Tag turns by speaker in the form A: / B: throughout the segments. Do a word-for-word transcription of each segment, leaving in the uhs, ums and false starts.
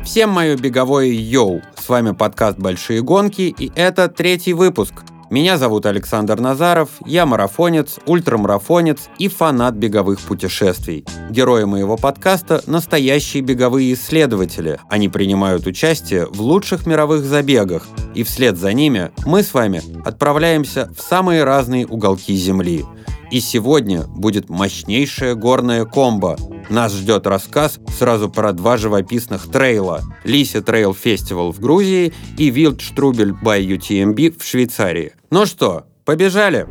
A: Всем мое беговое йоу! С вами подкаст «Большие гонки», и это третий выпуск. Меня зовут Александр Назаров, я марафонец, ультрамарафонец и фанат беговых путешествий. Герои моего подкаста – настоящие беговые исследователи. Они принимают участие в лучших мировых забегах, и вслед за ними мы с вами отправляемся в самые разные уголки Земли. И сегодня будет мощнейшая горная комбо. Нас ждет рассказ сразу про два живописных трейла – Лисе Трейл Фестивал в Грузии и Wildstrubel by ю ти эм би в Швейцарии. Ну что, побежали?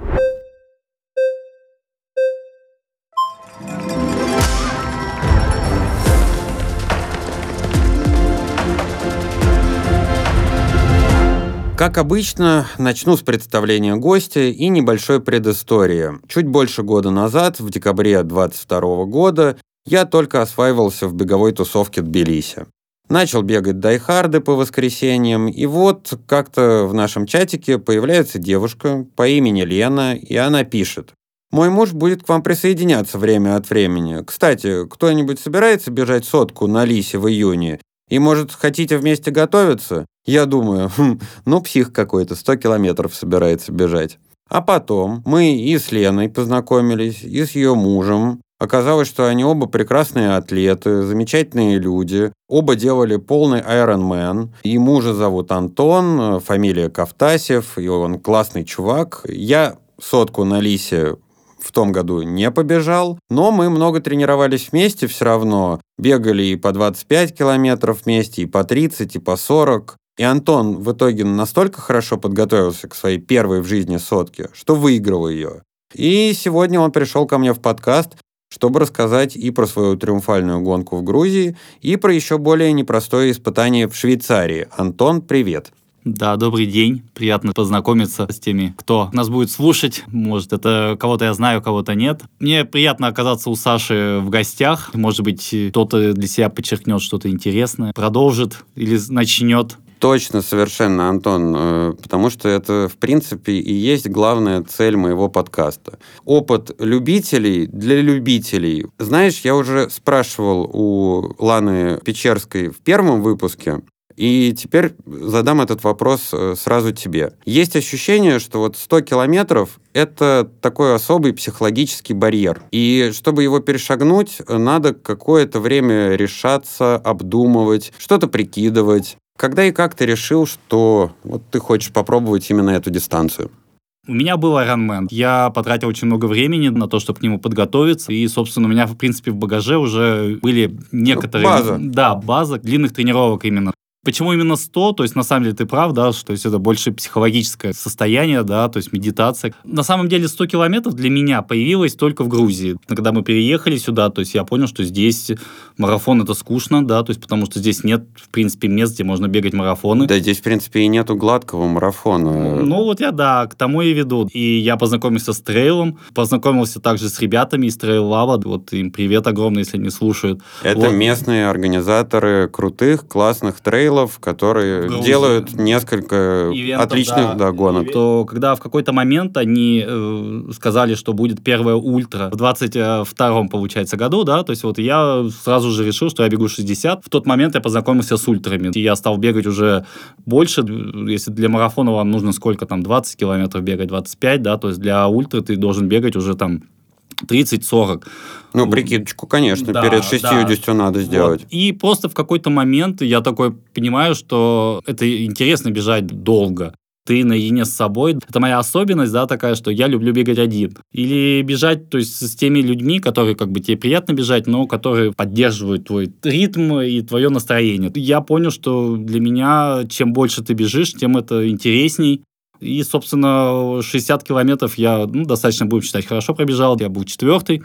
A: Как обычно, начну с представления гостя и небольшой предыстории. Чуть больше года назад, в декабре двадцать второго года, я только осваивался в беговой тусовке Тбилиси. Начал бегать дайхарды по воскресеньям, и вот как-то в нашем чатике появляется девушка по имени Лена, и она пишет: «Мой муж будет к вам присоединяться время от времени. Кстати, кто-нибудь собирается бежать сотку на Лисе в июне? И, может, хотите вместе готовиться?» Я думаю, хм, ну псих какой-то, сто километров собирается бежать. А потом мы и с Леной познакомились, и с ее мужем. Оказалось, что они оба прекрасные атлеты, замечательные люди. Оба делали полный Ironman. И мужа зовут Антон, фамилия Ковтасев, и он классный чувак. Я сотку на Лисе в том году не побежал, но мы много тренировались вместе все равно. Бегали и по двадцать пять километров вместе, и по тридцать, и по сорок. И Антон в итоге настолько хорошо подготовился к своей первой в жизни сотке, что выиграл ее. И сегодня он пришел ко мне в подкаст, чтобы рассказать и про свою триумфальную гонку в Грузии, и про еще более непростое испытание в Швейцарии. Антон, привет!
B: Да, добрый день. Приятно познакомиться с теми, кто нас будет слушать. Может, это кого-то я знаю, кого-то нет. Мне приятно оказаться у Саши в гостях. Может быть, кто-то для себя подчеркнет что-то интересное, продолжит или начнет.
A: Точно, совершенно, Антон, потому что это, в принципе, и есть главная цель моего подкаста. Опыт любителей для любителей. Знаешь, я уже спрашивал у Ланы Печерской в первом выпуске, и теперь задам этот вопрос сразу тебе. Есть ощущение, что вот сто километров – это такой особый психологический барьер. И чтобы его перешагнуть, надо какое-то время решаться, обдумывать, что-то прикидывать. Когда и как ты решил, что вот ты хочешь попробовать именно эту дистанцию?
B: У меня был Ironman. Я потратил очень много времени на то, чтобы к нему подготовиться. И, собственно, у меня, в принципе, в багаже уже были некоторые...
A: База.
B: Да, база длинных тренировок именно. Почему именно сто? То есть, на самом деле, ты прав, да, что это больше психологическое состояние, да, то есть медитация. На самом деле, сто километров для меня появилось только в Грузии. Когда мы переехали сюда, то есть я понял, что здесь марафон — это скучно, да, то есть потому что здесь нет, в принципе, мест, где можно бегать марафоны.
A: Да, здесь, в принципе, и нету гладкого марафона.
B: Ну, вот я, да, к тому и веду. И я познакомился с трейлом, познакомился также с ребятами из Trail Lab. Вот им привет огромный, если они слушают.
A: Это
B: вот.
A: Местные организаторы крутых, классных трейлов, которые Грузия. Делают несколько ивентов, отличных да, да, гонок.
B: То, когда в какой-то момент они э, сказали, что будет первая ультра в двадцать втором, получается, году, да, то есть вот я сразу же решил, что я бегу шестьдесят. В тот момент я познакомился с ультрами. И я стал бегать уже больше. Если для марафона вам нужно сколько там, двадцать километров бегать, двадцать пять, да, то есть для ультры ты должен бегать уже там тридцать-сорок.
A: Ну, прикидочку, конечно, да, перед шестьюдесятью да. надо сделать.
B: Вот. И просто в какой-то момент я такой понимаю, что это интересно бежать долго. Ты наедине с собой. Это моя особенность, да, такая, что я люблю бегать один. Или бежать, то есть, с теми людьми, которые, как бы, тебе приятно бежать, но которые поддерживают твой ритм и твое настроение. Я понял, что для меня, чем больше ты бежишь, тем это интересней. И, собственно, шестьдесят километров я, ну, достаточно, будем считать, хорошо пробежал. Я был четвертый.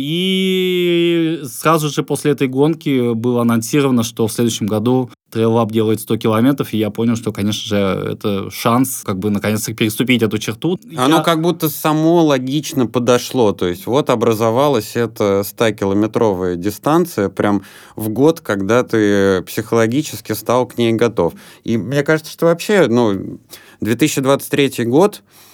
B: И сразу же после этой гонки было анонсировано, что в следующем году Trail Lab делает сто километров, и я понял, что, конечно же, это шанс, как бы, наконец-то переступить эту черту.
A: Оно
B: я...
A: как будто само логично подошло. То есть вот образовалась эта стокилометровая дистанция прям в год, когда ты психологически стал к ней готов. И мне кажется, что вообще, ну, две тысячи двадцать третий год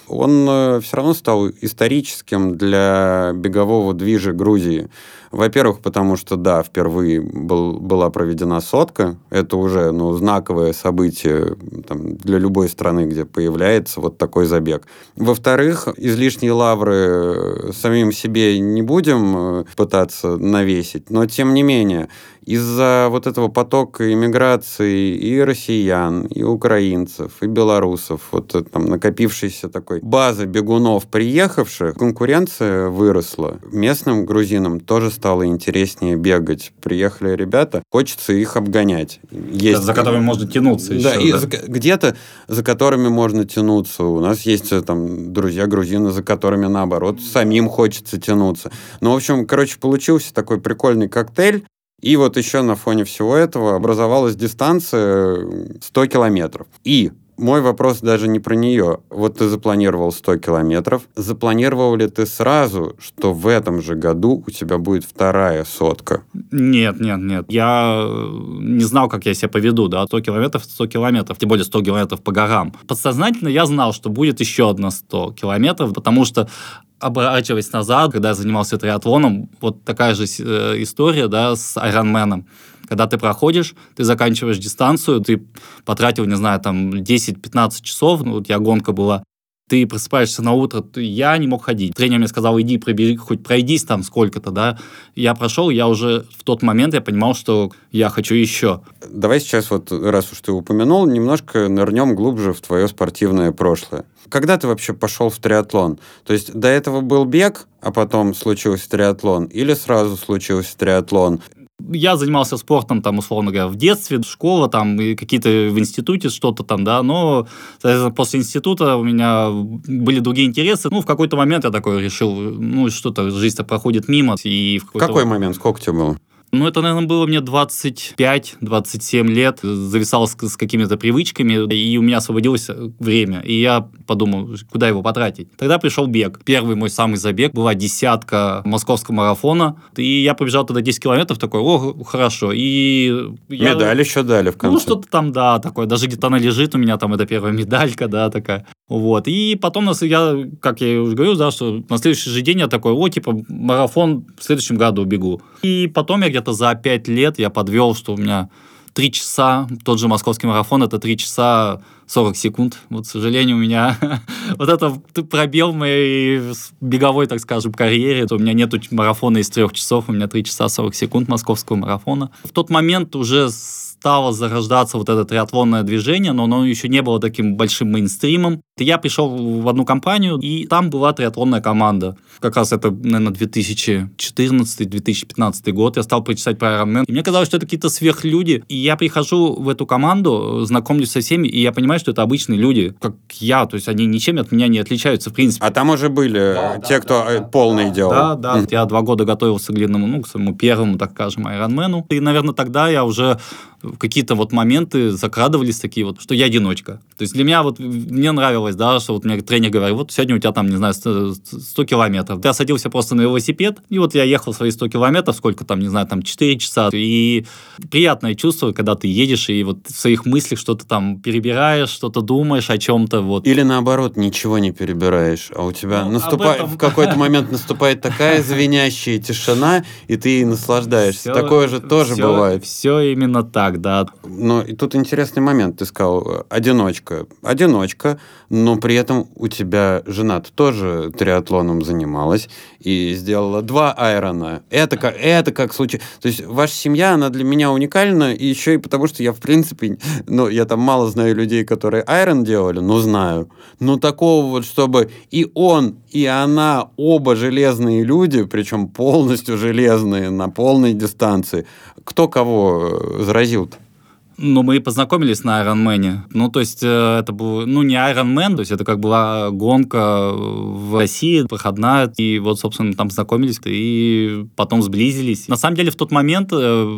A: он все равно стал историческим для бегового движа Грузии. Во-первых, потому что, да, впервые был, была проведена сотка. Это уже ну, знаковое событие там, для любой страны, где появляется вот такой забег. Во-вторых, излишние лавры самим себе не будем пытаться навесить, но тем не менее, из-за вот этого потока иммиграции и россиян, и украинцев, и белорусов, вот там накопившейся такой базы бегунов, приехавших, конкуренция выросла. Местным грузинам тоже стало интереснее бегать. Приехали ребята, хочется их обгонять.
B: Есть... За которыми можно тянуться
A: да,
B: еще.
A: И
B: да,
A: за... где-то за которыми можно тянуться. У нас есть там друзья грузины, за которыми, наоборот, самим хочется тянуться. Ну, в общем, короче, получился такой прикольный коктейль. И вот еще на фоне всего этого образовалась дистанция сто километров. И мой вопрос даже не про нее. Вот ты запланировал сто километров. Запланировал ли ты сразу, что в этом же году у тебя будет вторая сотка?
B: Нет, нет, нет. Я не знал, как я себя поведу, да. сто километров, сто километров, тем более сто километров по горам. Подсознательно я знал, что будет еще одна сто километров, потому что оборачиваясь назад, когда я занимался триатлоном, вот такая же э, история, да, с Ironman'ом. Когда ты проходишь, ты заканчиваешь дистанцию, ты потратил, не знаю, там десять-пятнадцать часов, ну, вот у тебя гонка была, ты просыпаешься на утро, ты, я не мог ходить. Тренер мне сказал, иди, пробеги, хоть пройдись там сколько-то, да. Я прошел, я уже в тот момент я понимал, что я хочу еще.
A: Давай сейчас вот, раз уж ты упомянул, немножко нырнем глубже в твое спортивное прошлое. Когда ты вообще пошел в триатлон? То есть до этого был бег, а потом случился триатлон? Или сразу случился триатлон?
B: Я занимался спортом, там, условно говоря, в детстве, школа, там, и какие-то в институте что-то там, да, но, соответственно, после института у меня были другие интересы. Ну, в какой-то момент я такой решил, ну, что-то, жизнь-то проходит мимо. И в
A: какой момент? Сколько тебе было?
B: Ну, это, наверное, было мне двадцать пять - двадцать семь лет. Зависал с, с какими-то привычками, и у меня освободилось время. И я подумал, куда его потратить. Тогда пришел бег. Первый мой самый забег была десятка московского марафона. И я побежал тогда десять километров, такой, о, хорошо. И я...
A: Медаль еще дали в конце.
B: Ну, что-то там, да, такое. Даже где-то она лежит у меня, там, это первая медалька, да, такая. Вот. И потом, я, как я уже говорил, да, что на следующий же день я такой, о, типа, марафон в следующем году бегу. И потом я где-то за пять лет я подвел, что у меня три часа, тот же московский марафон, это три часа сорок секунд. Вот, к сожалению, у меня вот это пробел в моей беговой, так скажем, карьере. У меня нету марафона из трех часов, у меня три часа сорок секунд московского марафона. В тот момент уже стало зарождаться вот это триатлонное движение, но оно еще не было таким большим мейнстримом. Я пришел в одну компанию, и там была триатлонная команда. Как раз это, наверное, две тысячи четырнадцатый - две тысячи пятнадцатый год. Я стал почитать про Ironman. И мне казалось, что это какие-то сверхлюди. И я прихожу в эту команду, знакомлюсь со всеми, и я понимаю, что это обычные люди, как я. То есть они ничем от меня не отличаются, в принципе.
A: А там уже были да, те, да, кто да, полный да, делал.
B: Да, да. Я два года готовился к длинному, ну, к своему первому, так скажем, Ironman'у. И, наверное, тогда я уже какие-то вот моменты закрадывались такие вот, что я одиночка. То есть для меня вот, мне нравилось, да, что вот мне тренер говорит, вот сегодня у тебя там, не знаю, сто километров. Я садился просто на велосипед, и вот я ехал свои сто километров, сколько там, не знаю, там четыре часа. И приятное чувство, когда ты едешь и вот в своих мыслях что-то там перебираешь, что-то думаешь о чем-то. Вот.
A: Или наоборот, ничего не перебираешь, а у тебя ну, наступает, этом... в какой-то момент наступает такая звенящая тишина, и ты ей наслаждаешься. Все, Такое же тоже
B: все,
A: бывает.
B: Все именно так. Да.
A: Но и тут интересный момент. Ты сказал, одиночка. Одиночка, но при этом у тебя жена тоже триатлоном занималась и сделала два айрона. Это как, это как случай. То есть ваша семья, она для меня уникальна, и еще и потому, что я, в принципе, ну, я там мало знаю людей, которые айрон делали, но знаю. Но такого вот, чтобы и он, и она, оба железные люди, причем полностью железные, на полной дистанции. Кто кого заразил-то?
B: Ну, мы познакомились на Ironman'е. Ну, то есть, это был, ну, не Ironman, то есть, это как была гонка в России, проходная, и вот, собственно, там познакомились, и потом сблизились. На самом деле, в тот момент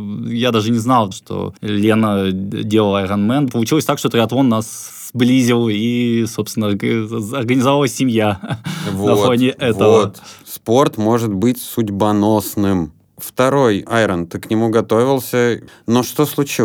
B: я даже не знал, что Лена делала Ironman. Получилось так, что триатлон нас сблизил, и, собственно, организовалась семья вот, на фоне этого.
A: Вот. Спорт может быть судьбоносным. Второй Айрон, ты к нему готовился, но что случилось?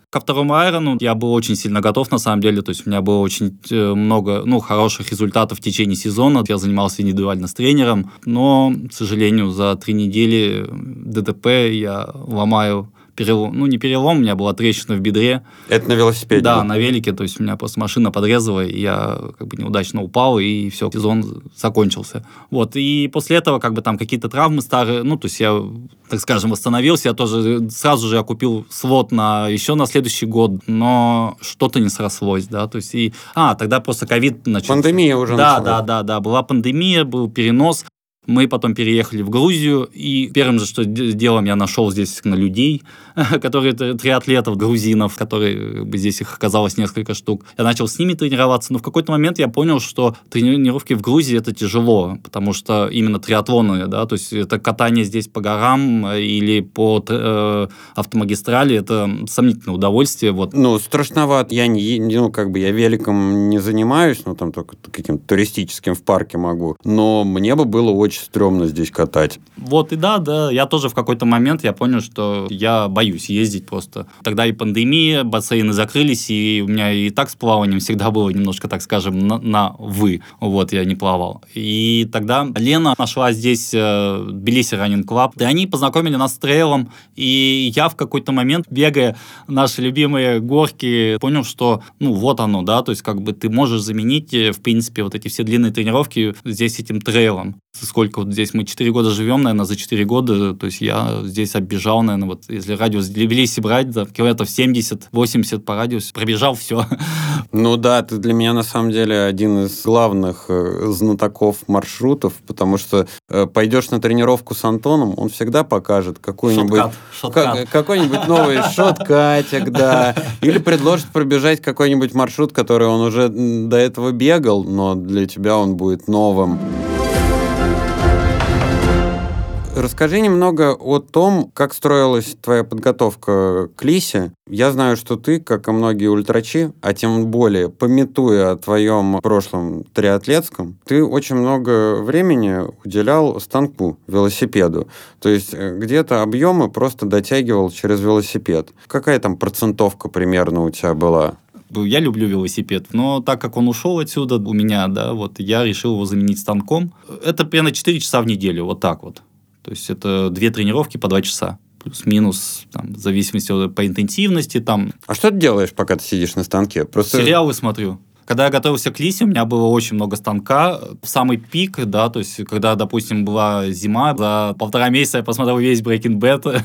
B: Ко второму айрону я был очень сильно готов, на самом деле. То есть у меня было очень много, ну, хороших результатов в течение сезона. Я занимался индивидуально с тренером, но, к сожалению, за три недели ДТП я ломаю перелом. Ну, не перелом, у меня была трещина в бедре.
A: Это на велосипеде?
B: Да, на велике. То есть у меня просто машина подрезала, и я как бы неудачно упал, и все, сезон закончился. Вот. И после этого как бы там какие-то травмы старые, ну, то есть я, так скажем, восстановился. Я тоже сразу же я купил слот на еще на следующий год, но что-то не срослось, да, то есть и... А, тогда просто ковид начался.
A: Пандемия уже
B: да,
A: началась.
B: Да, да, да, была пандемия, был перенос. Мы потом переехали в Грузию, и первым же, что делом, я нашел здесь людей, которые триатлетов, грузинов, которые здесь их оказалось несколько штук. Я начал с ними тренироваться, но в какой-то момент я понял, что тренировки в Грузии это тяжело, потому что именно триатлоны, да, то есть это катание здесь по горам или по э, автомагистрали, это сомнительное удовольствие. Вот.
A: Ну, страшновато. Я не, ну, как бы я великом не занимаюсь, ну, там только каким-то туристическим в парке могу, но мне бы было очень стрёмно здесь катать.
B: Вот и да, да. Я тоже в какой-то момент я понял, что я боюсь ездить просто. Тогда и пандемия, бассейны закрылись, и у меня и так с плаванием всегда было немножко, так скажем, на, на «вы». Вот, я не плавал. И тогда Лена нашла здесь э, Тбилиси Running Club, и они познакомили нас с трейлом, и я в какой-то момент, бегая наши любимые горки, понял, что, ну, вот оно, да, то есть как бы ты можешь заменить, в принципе, вот эти все длинные тренировки здесь этим трейлом. Сколько вот здесь мы четыре года живем, наверное, за четыре года, то есть я здесь оббежал, наверное, вот если радиус Тбилиси брать, да, километров семьдесят-восемьдесят по радиусу, пробежал все.
A: Ну да, ты для меня на самом деле один из главных э, знатоков маршрутов, потому что э, пойдешь на тренировку с Антоном, он всегда покажет какой-нибудь,
B: Шоткат, шоткат.
A: Как, какой-нибудь новый шоткатик, да, или предложит пробежать какой-нибудь маршрут, который он уже до этого бегал, но для тебя он будет новым. Расскажи немного о том, как строилась твоя подготовка к Лисе. Я знаю, что ты, как и многие ультрачи, а тем более, памятуя о твоем прошлом триатлетском, ты очень много времени уделял станку, велосипеду. То есть где-то объемы просто дотягивал через велосипед. Какая там процентовка примерно у тебя была?
B: Я люблю велосипед, но так как он ушел отсюда у меня, да, вот я решил его заменить станком. Это примерно четыре часа в неделю, вот так вот. То есть это две тренировки по два часа. Плюс-минус, там, в зависимости от, по интенсивности. Там.
A: А что ты делаешь, пока ты сидишь на станке? Просто...
B: Сериалы смотрю. Когда я готовился к Лисе, у меня было очень много станка. В самый пик, да, то есть, когда, допустим, была зима, за полтора месяца я посмотрел весь Breaking Bad.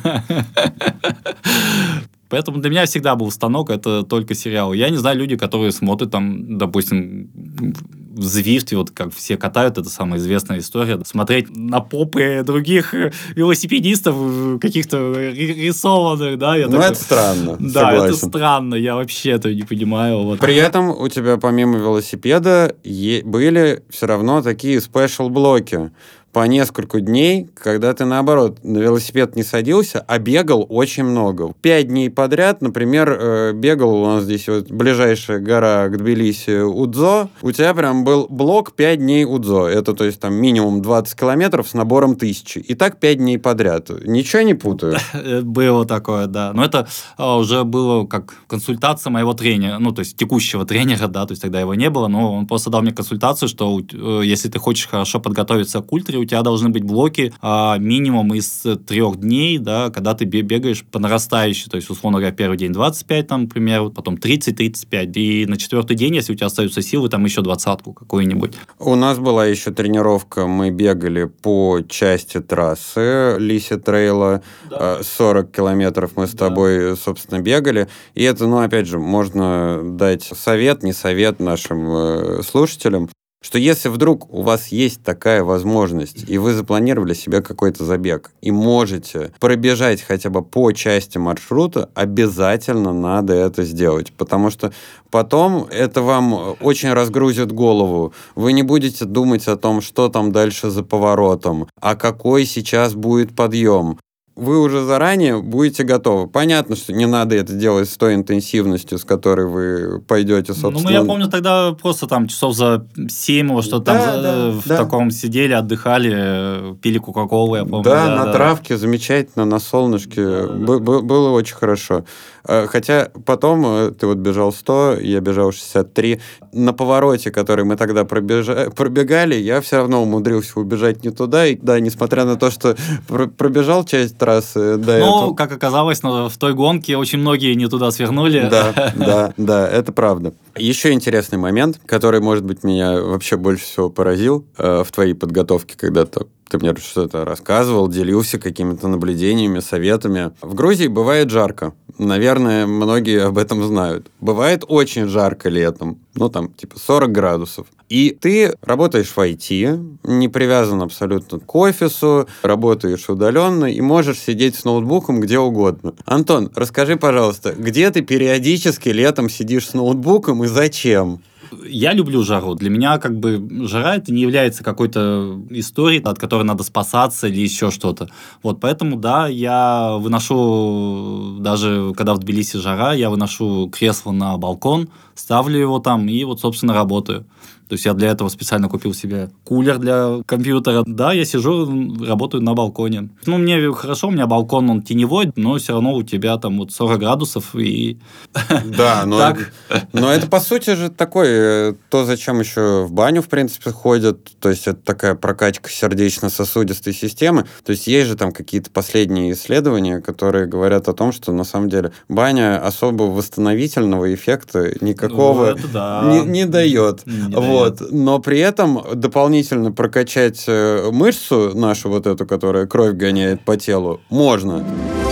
B: Поэтому для меня всегда был станок, это только сериалы. Я не знаю, люди, которые смотрят там, допустим, в Звифте, вот как все катают, это самая известная история. Смотреть на попы других велосипедистов, каких-то рисованных, да. Я
A: ну,
B: такой,
A: это странно,
B: да,
A: согласен.
B: это странно, я вообще этого не понимаю. Вот.
A: При этом у тебя помимо велосипеда е- были все равно такие спешл-блоки по несколько дней, когда ты, наоборот, на велосипед не садился, а бегал очень много. Пять дней подряд, например, бегал у нас здесь вот ближайшая гора к Тбилиси Удзо, у тебя прям был блок пять дней Удзо. Это, то есть, там минимум двадцать километров с набором тысячи. И так пять дней подряд. Ничего не путаю?
B: Было такое, да. Но это уже было как консультация моего тренера, ну, то есть текущего тренера, да, то есть тогда его не было, но он просто дал мне консультацию, что если ты хочешь хорошо подготовиться к ультре, у тебя должны быть блоки а, минимум из трех дней, да, когда ты бегаешь по нарастающей, то есть, условно говоря, первый день двадцать пять, там, к примеру, потом тридцать-тридцать пять, и на четвертый день, если у тебя остаются силы, там еще двадцатку какую-нибудь.
A: У нас была еще тренировка, мы бегали по части трассы Лиси Трейла, да. сорок километров мы с да. тобой, собственно, бегали, и это, ну, опять же, можно дать совет, не совет нашим э, слушателям, что если вдруг у вас есть такая возможность, и вы запланировали себе какой-то забег, и можете пробежать хотя бы по части маршрута, обязательно надо это сделать, потому что потом это вам очень разгрузит голову. Вы не будете думать о том, что там дальше за поворотом, а какой сейчас будет подъем. вы уже заранее будете готовы. Понятно, что не надо это делать с той интенсивностью, с которой вы пойдете, собственно.
B: Ну, я помню, тогда просто там часов за семь его что-то
A: да,
B: там
A: да,
B: в
A: да.
B: таком сидели, отдыхали, пили кока-колу, я помню.
A: Да,
B: да,
A: на
B: да.
A: травке, замечательно, на солнышке.
B: Да, да,
A: Б- б- было очень хорошо. Хотя потом ты вот бежал сто, я бежал шестьдесят три. На повороте, который мы тогда пробежа... пробегали, я все равно умудрился убежать не туда. И да, несмотря на то, что пр- пробежал часть трассы до
B: Ну,
A: этого.
B: как оказалось, в той гонке очень многие не туда свернули.
A: Да, да, да, это правда. Еще интересный момент, который, может быть, меня вообще больше всего поразил э, в твоей подготовке, когда ты Ты мне что-то рассказывал, делился какими-то наблюдениями, советами. В Грузии бывает жарко. Наверное, многие об этом знают. Бывает очень жарко летом. Ну, там, типа сорок градусов. И ты работаешь в ай ти, не привязан абсолютно к офису, работаешь удаленно и можешь сидеть с ноутбуком где угодно. Антон, расскажи, пожалуйста, где ты периодически летом сидишь с ноутбуком и зачем?
B: Я люблю жару. Для меня как бы жара это не является какой-то историей, от которой надо спасаться или еще что-то. Вот поэтому, да, я выношу, даже когда в Тбилиси жара, я выношу кресло на балкон, ставлю его там и вот, собственно, работаю. То есть я для этого специально купил себе кулер для компьютера. Да, я сижу, работаю на балконе. Ну, мне хорошо, у меня балкон, он теневой, но все равно у тебя там вот сорок градусов и...
A: Да, но, так. но это, по сути же, такое, то, зачем еще в баню, в принципе, ходят. То есть это такая прокачка сердечно-сосудистой системы. То есть есть же там какие-то последние исследования, которые говорят о том, что, на самом деле, баня особо восстановительного эффекта никакого
B: ну, да.
A: не, не дает.
B: Не
A: Вот. Но при этом дополнительно прокачать мышцу нашу вот эту, которая кровь гоняет по телу, можно.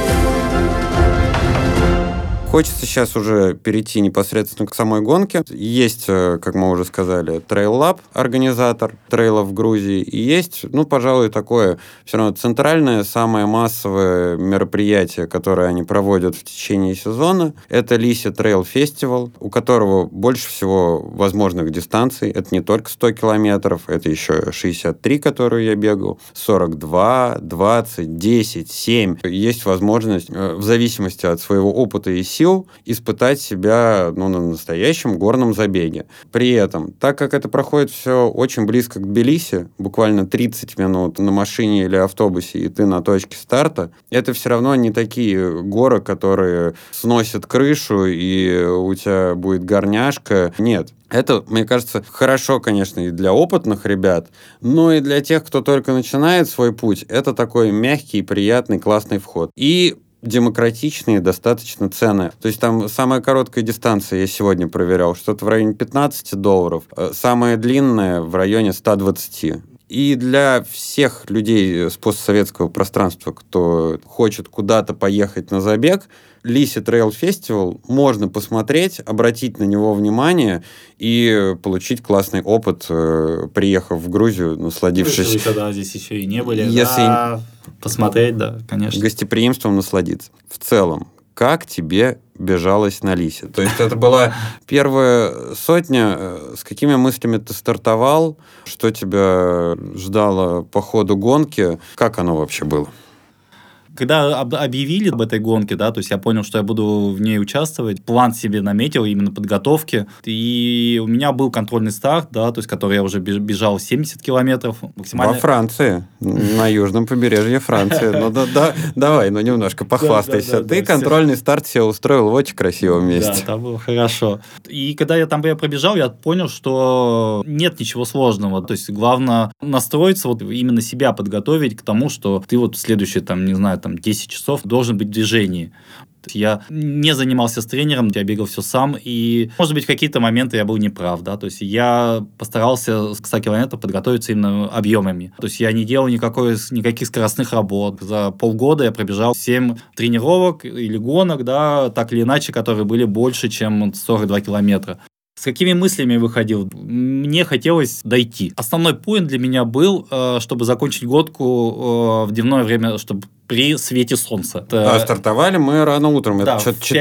A: Хочется сейчас уже перейти непосредственно к самой гонке. Есть, как мы уже сказали, Trail Lab, организатор трейлов в Грузии, и есть, ну, пожалуй, такое все равно центральное, самое массовое мероприятие, которое они проводят в течение сезона. Это Lisi Trail Festival, у которого больше всего возможных дистанций. Это не только сто километров, это еще шестьдесят три, которую я бегал, сорок два, двадцать, десять, семь. Есть возможность, в зависимости от своего опыта и сил, испытать себя ну, на настоящем горном забеге. При этом, так как это проходит все очень близко к Тбилиси, буквально тридцать минут на машине или автобусе, и ты на точке старта, это все равно не такие горы, которые сносят крышу, и у тебя будет горняшка. Нет. Это, мне кажется, хорошо, конечно, и для опытных ребят, но и для тех, кто только начинает свой путь, это такой мягкий, приятный, классный вход. И демократичные достаточно цены. То есть там самая короткая дистанция, я сегодня проверял, что-то в районе пятнадцать долларов, самая длинная в районе сто двадцать. И для всех людей с постсоветского пространства, кто хочет куда-то поехать на забег, Lisi Trail Festival можно посмотреть, обратить на него внимание и получить классный опыт, приехав в Грузию, насладившись...
B: Если вы тогда здесь еще и не были,
A: Если...
B: да, посмотреть, да, конечно.
A: Гостеприимством насладиться. В целом, как тебе бежалось на Лисе? То есть это была первая сотня. С какими мыслями ты стартовал? Что тебя ждало по ходу гонки? Как оно вообще было?
B: Когда об- объявили об этой гонке, да, то есть я понял, что я буду в ней участвовать, план себе наметил именно подготовки, и у меня был контрольный старт, да, то есть который я уже бежал семьдесят километров максимально.
A: Во Франции, на южном побережье Франции. Ну да, да, давай, ну немножко похвастайся.
B: Да, да, да,
A: Ты
B: да,
A: контрольный старт себе устроил в очень красивом месте.
B: Да, там было хорошо. И когда я там я пробежал, я понял, что нет ничего сложного. То есть главное настроиться, вот именно себя подготовить к тому, что ты вот следующие, там, не знаю, там десять часов должен быть в движении. Я не занимался с тренером, я бегал все сам, и, может быть, в какие-то моменты я был неправ, да, то есть я постарался к ста километров подготовиться именно объемами. То есть я не делал никакой, никаких скоростных работ. За полгода я пробежал семь тренировок или гонок, да, так или иначе, которые были больше, чем сорок два километра. С какими мыслями выходил? Мне хотелось дойти. Основной поинт для меня был, чтобы закончить гонку в дневное время, чтобы при свете солнца.
A: А стартовали мы рано утром.
B: Да,
A: это что-то четыре...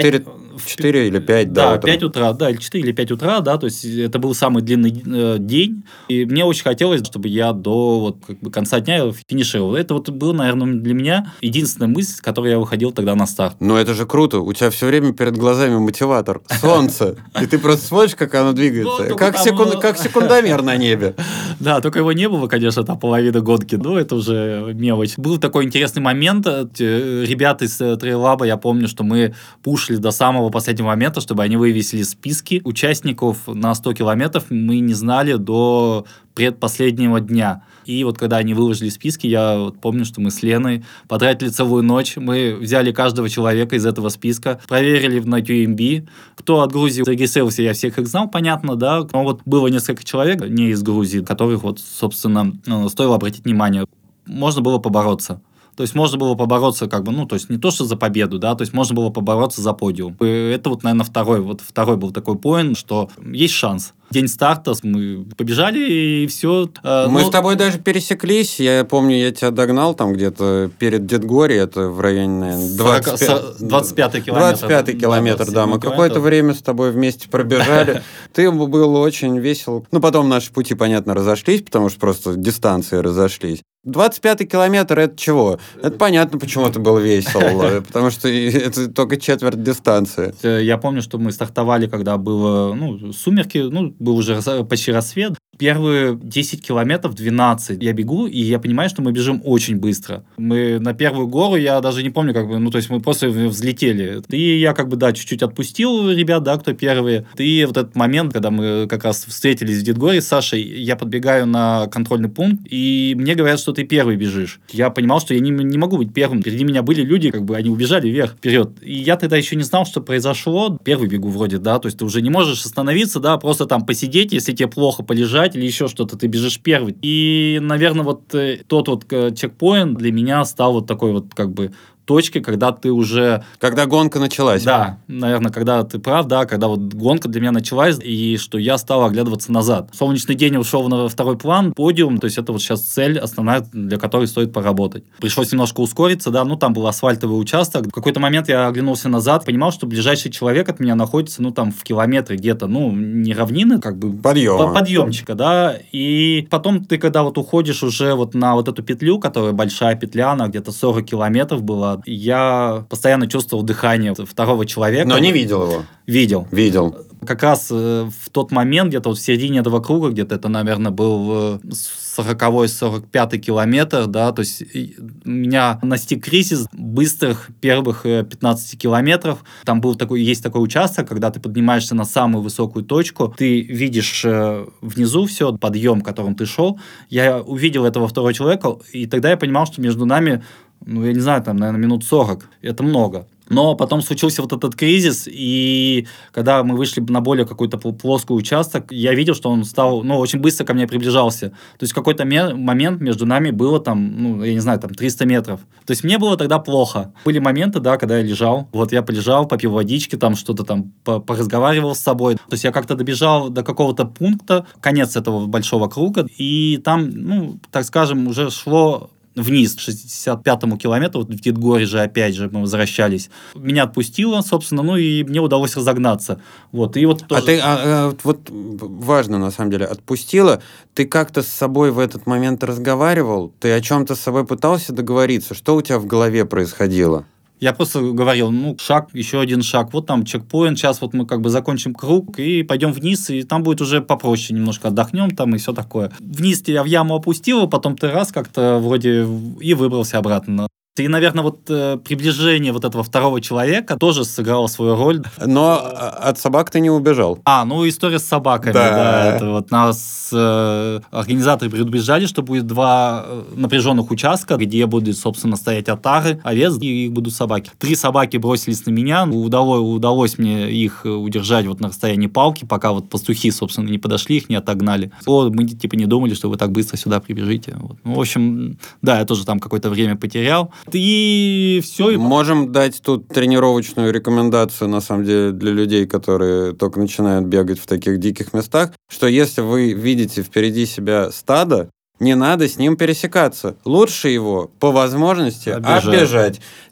A: в четыре или пять, да,
B: да,
A: утра.
B: пять утра, да, или четыре или пять утра, да, то есть это был самый длинный э, день, и мне очень хотелось, чтобы я до вот, как бы, конца дня финишировал. Это вот был, наверное, для меня единственная мысль, с которой я выходил тогда на старт.
A: Ну, это же круто, у тебя все время перед глазами мотиватор, солнце, и ты просто смотришь, как оно двигается,
B: Ну,
A: как
B: там,
A: секунд-
B: э,
A: как секундомер на небе.
B: Да, только его не было, конечно, там половина гонки, но это уже мелочь. Был такой интересный момент. э, Ребята из э, Трейлаба, я помню, что мы пушили до самого последнего момента, чтобы они вывесили списки участников на сто километров. Мы не знали до предпоследнего дня. И вот когда они выложили списки, я вот помню, что мы с Леной потратили целую ночь. Мы взяли каждого человека из этого списка, проверили на кью эм би. Кто от Грузии зарегистрировался, я всех их знал, понятно, да. Но вот было несколько человек не из Грузии, которых вот, собственно, стоило обратить внимание. Можно было побороться. То есть можно было побороться, как бы, ну, то есть не то, что за победу, да, то есть можно было побороться за подиум. И это вот, наверное, второй, вот второй был такой поинт, что есть шанс. День старта, мы побежали, и все.
A: Мы
B: ну,
A: с тобой даже пересеклись, я помню, я тебя догнал там где-то перед Дедгорье, это в районе, наверное,
B: двадцать пятый километр.
A: двадцать пятый километр, да, мы какое-то время с тобой вместе пробежали, ты был очень весел. Ну, потом наши пути, понятно, разошлись, потому что просто дистанции разошлись. двадцать пятый километр – это чего? Это понятно, почему это было весело, потому что это только четверть дистанции.
B: Я помню, что мы стартовали, когда было, ну, сумерки, ну, был уже почти рассвет. Первые десять километров, двенадцать я бегу, и я понимаю, что мы бежим очень быстро. Мы на первую гору, я даже не помню, как бы, ну, то есть мы просто взлетели. И я, как бы, да, чуть-чуть отпустил ребят, да, кто первые. И вот этот момент, когда мы как раз встретились в Дедгорье с Сашей, я подбегаю на контрольный пункт, и мне говорят, что ты первый бежишь. Я понимал, что я не, не могу быть первым. Впереди меня были люди, как бы, они убежали вверх, вперед. И я тогда еще не знал, что произошло. Первый бегу вроде, да, то есть ты уже не можешь остановиться, да, просто там посидеть, если тебе плохо полежать или еще что-то, ты бежишь первый. И, наверное, вот э, тот вот э, чекпоинт для меня стал вот такой вот, как бы, точки, когда ты уже...
A: Когда гонка началась.
B: Да, наверное, когда ты прав, да, когда вот гонка для меня началась, и что я стал оглядываться назад. Солнечный день ушел на второй план, подиум, то есть это вот сейчас цель основная, для которой стоит поработать. Пришлось немножко ускориться, да, ну там был асфальтовый участок. В какой-то момент я оглянулся назад, понимал, что ближайший человек от меня находится, ну там в километре где-то, ну не равнины, как бы...
A: Подъема.
B: Подъемчика, да, и потом ты, когда вот уходишь уже вот на вот эту петлю, которая большая петля, она где-то сорок километров была, я постоянно чувствовал дыхание второго человека.
A: Но не видел его?
B: Видел.
A: Видел.
B: Как раз э, в тот момент, где-то вот в середине этого круга, где-то это, наверное, был сороковой сорок пятый километр, да, то есть меня настиг кризис быстрых первых пятнадцати километров. Там был такой, есть такой участок, когда ты поднимаешься на самую высокую точку, ты видишь э, внизу все, подъем, которым ты шел. Я увидел этого второго человека, и тогда я понимал, что между нами, ну, я не знаю, там, наверное, минут сорок. Это много. Но потом случился вот этот кризис, и когда мы вышли на более какой-то плоский участок, я видел, что он стал, ну, очень быстро ко мне приближался. То есть в какой-то ме- момент между нами было там, ну, я не знаю, там триста метров. То есть мне было тогда плохо. Были моменты, да, когда я лежал. Вот я полежал, попил водички, там что-то там поразговаривал с собой. То есть я как-то добежал до какого-то пункта, конец этого большого круга, и там, ну, так скажем, уже шло... вниз, к шестьдесят пятому километру, вот в Дедгорье же опять же мы возвращались. Меня отпустило, собственно, ну и мне удалось разогнаться. Вот, и вот тоже...
A: А ты, а, а, вот важно, на самом деле, отпустило. Ты как-то с собой в этот момент разговаривал? Ты о чем-то с собой пытался договориться? Что у тебя в голове происходило?
B: Я просто говорил, ну, шаг, еще один шаг, вот там чекпоинт, сейчас вот мы как бы закончим круг и пойдем вниз, и там будет уже попроще, немножко отдохнем там и все такое. Вниз тебя в яму опустил, потом ты раз как-то вроде и выбрался обратно. И, наверное, вот э, приближение вот этого второго человека тоже сыграло свою роль.
A: Но от собак ты не убежал.
B: А, ну история с собаками,
A: да.
B: да. Это вот нас э, организаторы предупреждали, что будет два напряженных участка, где будут, собственно, стоять отары, овец, и их будут собаки. Три собаки бросились на меня. Удалось, удалось мне их удержать вот на расстоянии палки, пока вот пастухи, собственно, не подошли, их не отогнали. О, мы типа не думали, что вы так быстро сюда прибежите. Вот. Ну, в общем, да, я тоже там какое-то время потерял. И все.
A: Можем дать тут тренировочную рекомендацию, на самом деле, для людей, которые только начинают бегать в таких диких местах, что если вы видите впереди себя стадо, не надо с ним пересекаться. Лучше его, по возможности, оббежать. оббежать.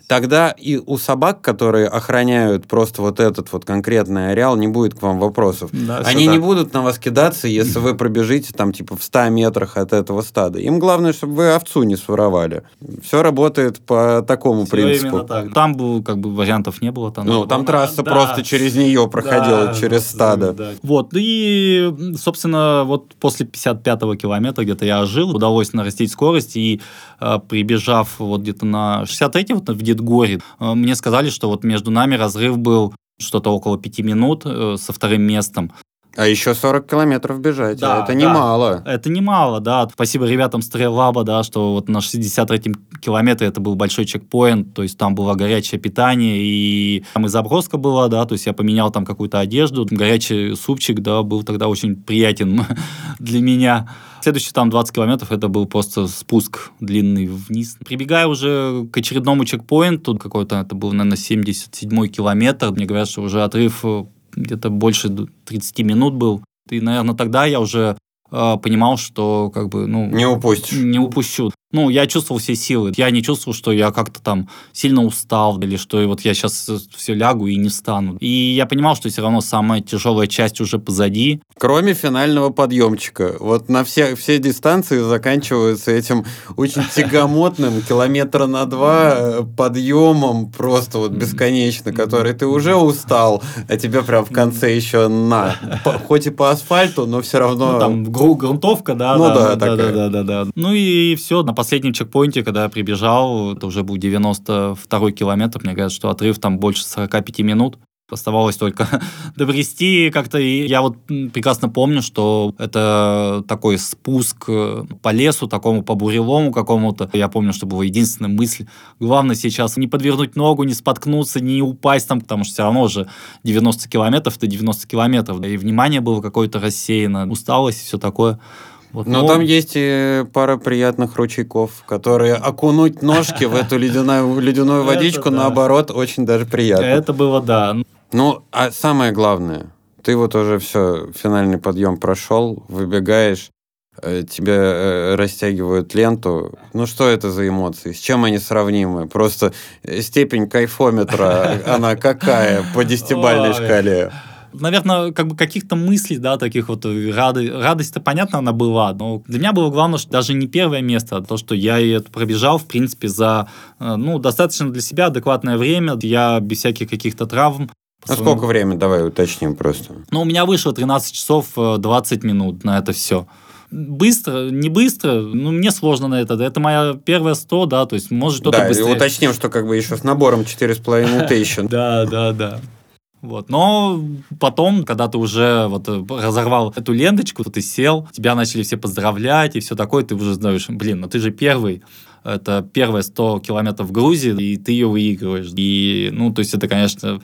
A: Тогда и у собак, которые охраняют просто вот этот вот конкретный ареал, не будет к вам вопросов.
B: Да,
A: Они не
B: так.
A: будут на вас кидаться, если вы пробежите там типа в ста метрах от этого стада. Им главное, чтобы вы овцу не своровали. Все работает по такому
B: Всё
A: принципу.
B: именно так. Там был, как бы, вариантов не было. Там,
A: Ну, там
B: было...
A: трасса
B: да.
A: просто через нее проходила,
B: да,
A: через стадо.
B: Да. Вот, и, собственно, вот после пятьдесят пятого километра где-то я ожил, удалось нарастить скорость, и э, прибежав вот где-то на шестьдесят третьем вот, в Дедгоре, э, мне сказали, что вот между нами разрыв был что-то около пяти минут э, со вторым местом.
A: А еще сорок километров бежать,
B: Да,
A: а это
B: да.
A: немало.
B: Это немало, да. Спасибо ребятам с Трейлаба, да, что вот на шестьдесят третьем километре это был большой чекпоинт, то есть там было горячее питание, и там и заброска была, да, то есть я поменял там какую-то одежду, горячий супчик, да, был тогда очень приятен для меня. Следующие там двадцать километров это был просто спуск длинный вниз. Прибегая уже к очередному чекпоинту, какой-то это был, наверное, семьдесят седьмой километр, мне говорят, что уже отрыв где-то больше тридцать минут был. И, наверное, тогда я уже э, понимал, что как бы, ну...
A: Не упустишь.
B: Не упущу. Ну, я чувствовал все силы. Я не чувствовал, что я как-то там сильно устал, или что вот я сейчас все лягу и не встану. И я понимал, что все равно самая тяжелая часть уже позади.
A: Кроме финального подъемчика. Вот на все, все дистанции заканчиваются этим очень тягомотным километра на два подъемом просто вот бесконечно, который ты уже устал, а тебе прям в конце еще на. Хоть и по асфальту, но все равно...
B: Ну, там гру- грунтовка, да.
A: Ну
B: да,
A: да,
B: да,
A: такая.
B: да, да, да. Ну и все, на последнем чекпоинте, когда я прибежал, это уже был девяносто второй километр, мне говорят, что отрыв там больше сорок пять минут. Оставалось только добрести как-то. И я вот прекрасно помню, что это такой спуск по лесу, такому по бурелому какому-то. Я помню, что была единственная мысль. Главное сейчас не подвернуть ногу, не споткнуться, не упасть там, потому что все равно уже девяносто километров, это девяносто километров. И внимание было какое-то рассеяно, усталость и все такое. Вот,
A: но, но там есть и пара приятных ручейков, которые окунуть ножки в эту ледяную, ледяную водичку,
B: да.
A: наоборот, очень даже приятно.
B: Это было, да.
A: Ну, а самое главное, ты вот уже все, финальный подъем прошел, выбегаешь, тебе э, растягивают ленту. Ну, что это за эмоции? С чем они сравнимы? Просто степень кайфометра, она какая по десятибалльной шкале?
B: Наверное, как бы каких-то мыслей, да, таких вот рады... радость-то, понятно, она была, но для меня было главное, что даже не первое место, а то, что я это пробежал, в принципе, за, ну, достаточно для себя адекватное время, я без всяких каких-то травм.
A: А сколько времени? Давай уточним просто.
B: Ну, у меня вышло тринадцать часов двадцать минут на это все. Быстро, не быстро, ну, мне сложно на это. Это моя первая сто, да, то есть может кто-то
A: да,
B: быстрее.
A: Да, и уточним, что как бы еще с набором четыре с половиной тысячи.
B: Да, да, да. Вот. Но потом, когда ты уже вот разорвал эту ленточку, ты сел, тебя начали все поздравлять и все такое, ты уже знаешь, блин, ну ты же первый. Это первые сто километров в Грузии, и ты ее выигрываешь. И, ну, то есть это, конечно...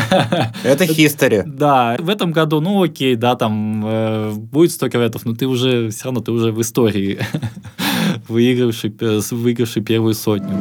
A: Это history.
B: Да, в этом году, ну, окей, да, там э, будет сто километров, но ты уже, все равно, ты уже в истории выигравший, выигравший первую сотню.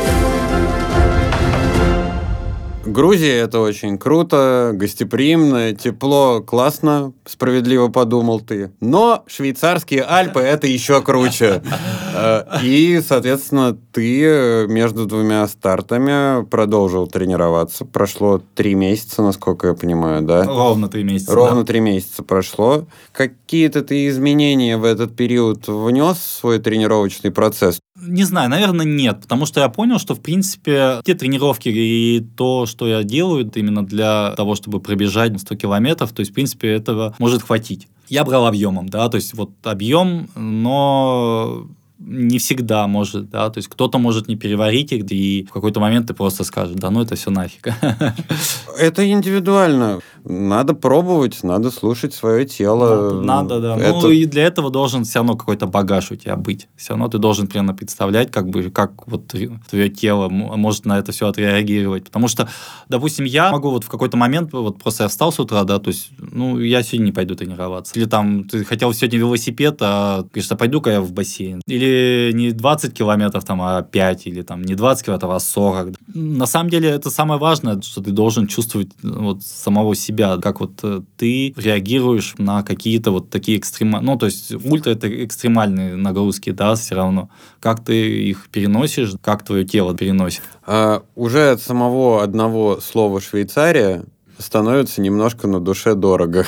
A: Грузия — это очень круто, гостеприимно, тепло, классно, справедливо подумал ты. Но швейцарские Альпы — это еще круче. И, соответственно, ты между двумя стартами продолжил тренироваться. Прошло три месяца, насколько я понимаю, да?
B: Ровно три месяца.
A: Ровно три месяца прошло. Какие-то ты изменения в этот период внес в свой тренировочный процесс?
B: Не знаю, наверное, нет, потому что я понял, что, в принципе, те тренировки и то, что я делаю, это именно для того, чтобы пробежать сто километров, то есть, в принципе, этого может хватить. Я брал объемом, да, то есть, вот объем, но не всегда может, да, то есть, кто-то может не переварить их, и в какой-то момент ты просто скажешь, да ну это все нафиг.
A: Это индивидуально. Надо пробовать, надо слушать свое тело.
B: Надо, надо да. Это... Ну, и для этого должен все равно какой-то багаж у тебя быть. Все равно ты должен примерно представлять, как бы, как вот твое тело может на это все отреагировать. Потому что, допустим, я могу вот в какой-то момент, вот просто я встал с утра, да, то есть ну, я сегодня не пойду тренироваться. Или там, ты хотел сегодня велосипед, а, конечно, пойду-ка я в бассейн. Или не двадцать километров, там, а пять, или там не двадцать километров, а сорок. На самом деле, это самое важное, что ты должен чувствовать вот самого себя, как вот ты реагируешь на какие-то вот такие экстремальные, ну, то есть ультра это экстремальные нагрузки, да, все равно. Как ты их переносишь, как твое тело переносит.
A: А, уже от самого одного слова «Швейцария» становится немножко на душе дорого.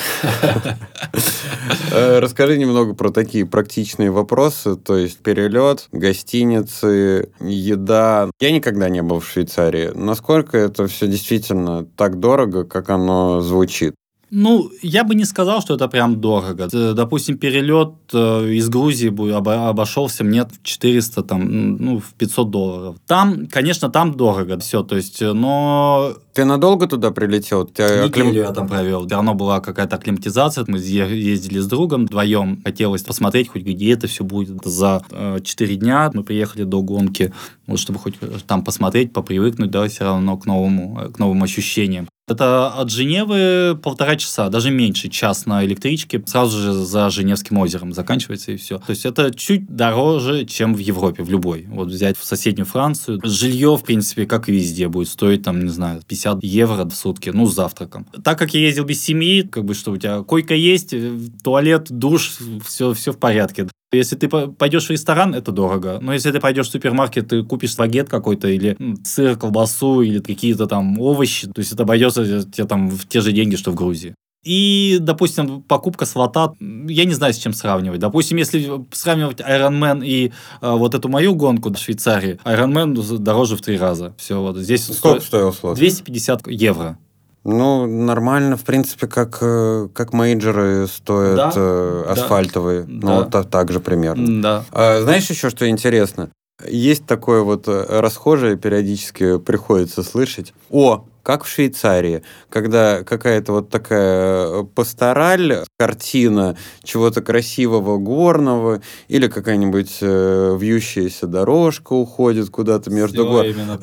A: Расскажи немного про такие практичные вопросы, то есть перелет, гостиницы, еда. Я никогда не был в Швейцарии. Насколько это все действительно так дорого, как оно звучит?
B: Ну, я бы не сказал, что это прям дорого. Допустим, перелет из Грузии бы обошелся мне в четыреста, там, ну, в пятьсот долларов. Там, конечно, там дорого все, то есть, но...
A: Ты надолго туда прилетел? Ты
B: Неделю оклим... я там провел. Все равно была какая-то акклиматизация. Мы ездили с другом вдвоем. Хотелось посмотреть, хоть где это все будет. За четыре дня мы приехали до гонки, вот, чтобы хоть там посмотреть, попривыкнуть, да, все равно к новому, к новым ощущениям. Это от Женевы полтора часа, даже меньше, час на электричке, сразу же за Женевским озером заканчивается и все. То есть это чуть дороже, чем в Европе, в любой. Вот взять в соседнюю Францию. Жилье, в принципе, как и везде, будет стоить, там, не знаю, пятьдесят евро в сутки, ну, с завтраком. Так как я ездил без семьи, как бы, что у тебя койка есть, туалет, душ, все, все в порядке. Если ты пойдешь в ресторан, это дорого. Но если ты пойдешь в супермаркет, ты купишь багет какой-то, или сыр, колбасу, или какие-то там овощи, то есть это обойдется тебе там в те же деньги, что в Грузии. И, допустим, покупка слота, я не знаю, с чем сравнивать. Допустим, если сравнивать Ironman и э, вот эту мою гонку в Швейцарии, Ironman дороже в три раза. Все, вот здесь
A: сколько стоил слот?
B: двести пятьдесят евро.
A: Ну, нормально, в принципе, как, как мейджоры стоят, да, э, асфальтовые. Да. Ну, да. Вот так же примерно.
B: Да.
A: А, знаешь еще, что интересно? Есть такое вот расхожее, периодически приходится слышать. О, как в Швейцарии, когда какая-то вот такая пастораль, картина чего-то красивого, горного, или какая-нибудь э, вьющаяся дорожка уходит куда-то между гор.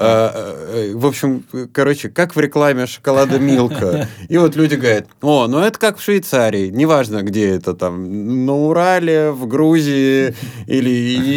A: А, в общем, короче, как в рекламе шоколада Милка. И вот люди говорят, о, ну это как в Швейцарии, неважно, где это там, на Урале, в Грузии или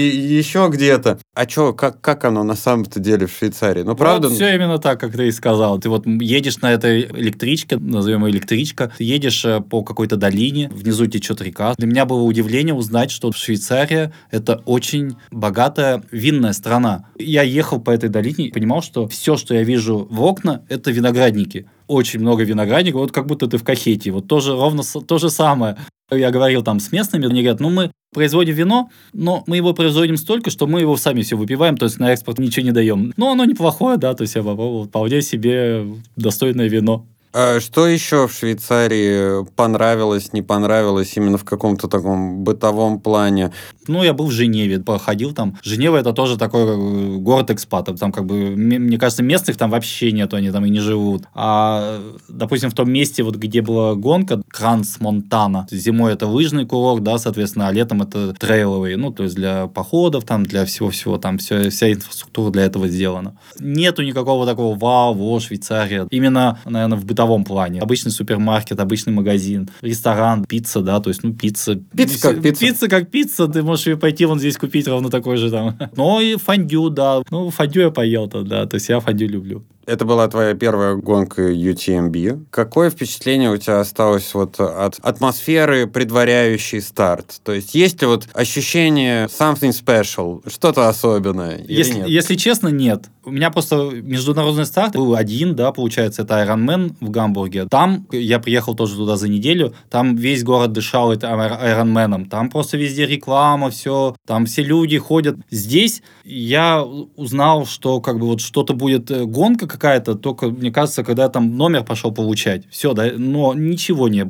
A: еще где-то. А что, как, как оно на самом-то деле в Швейцарии? Ну, правда?
B: Вот все именно так, как ты и сказал. Ты вот едешь на этой электричке, назовем ее электричка, ты едешь по какой-то долине, внизу течет река. Для меня было удивление узнать, что Швейцария – это очень богатая винная страна. Я ехал по этой долине и понимал, что все, что я вижу в окна, это виноградники. Очень много виноградников, вот как будто ты в Кахетии. Вот тоже ровно то же самое. Я говорил там с местными, они говорят, ну мы производим вино, но мы его производим столько, что мы его сами все выпиваем, то есть на экспорт ничего не даем. Но оно неплохое, да, то есть я попробовал вполне себе достойное вино.
A: А что еще в Швейцарии понравилось, не понравилось именно в каком-то таком бытовом плане?
B: Ну, я был в Женеве, походил там. Женева – это тоже такой город экспатов. Там, как бы, мне кажется, местных там вообще нету, они там и не живут. А, допустим, в том месте, вот, где была гонка, Кранс-Монтана, зимой это лыжный курорт, да, соответственно, а летом это трейловый, ну, то есть для походов, там, для всего-всего, там все, вся инфраструктура для этого сделана. Нету никакого такого вау, во, Швейцария. Именно, наверное, в бытовом плане. Обычный супермаркет, обычный магазин, ресторан, пицца, да, то есть, ну, пицца.
A: Пицца как пицца.
B: Пицца как пицца, ты можешь ее пойти вон здесь купить ровно такой же там. Ну, и фондю, да. Ну, фондю я поел-то, да, то есть я фондю люблю.
A: Это была твоя первая гонка ю ти эм би. Какое впечатление у тебя осталось вот от атмосферы, предваряющей старт? То есть есть ли вот ощущение something special, что-то особенное или
B: если,
A: нет?
B: Если честно, нет. У меня просто международный старт был один, да, получается, это Ironman в Гамбурге. Там я приехал тоже туда за неделю, там весь город дышал Ironman'ом, там просто везде реклама, все, там все люди ходят. Здесь я узнал, что как бы вот что-то будет гонка какая-то, только, мне кажется, когда я там номер пошел получать. Все, да, но ничего не было.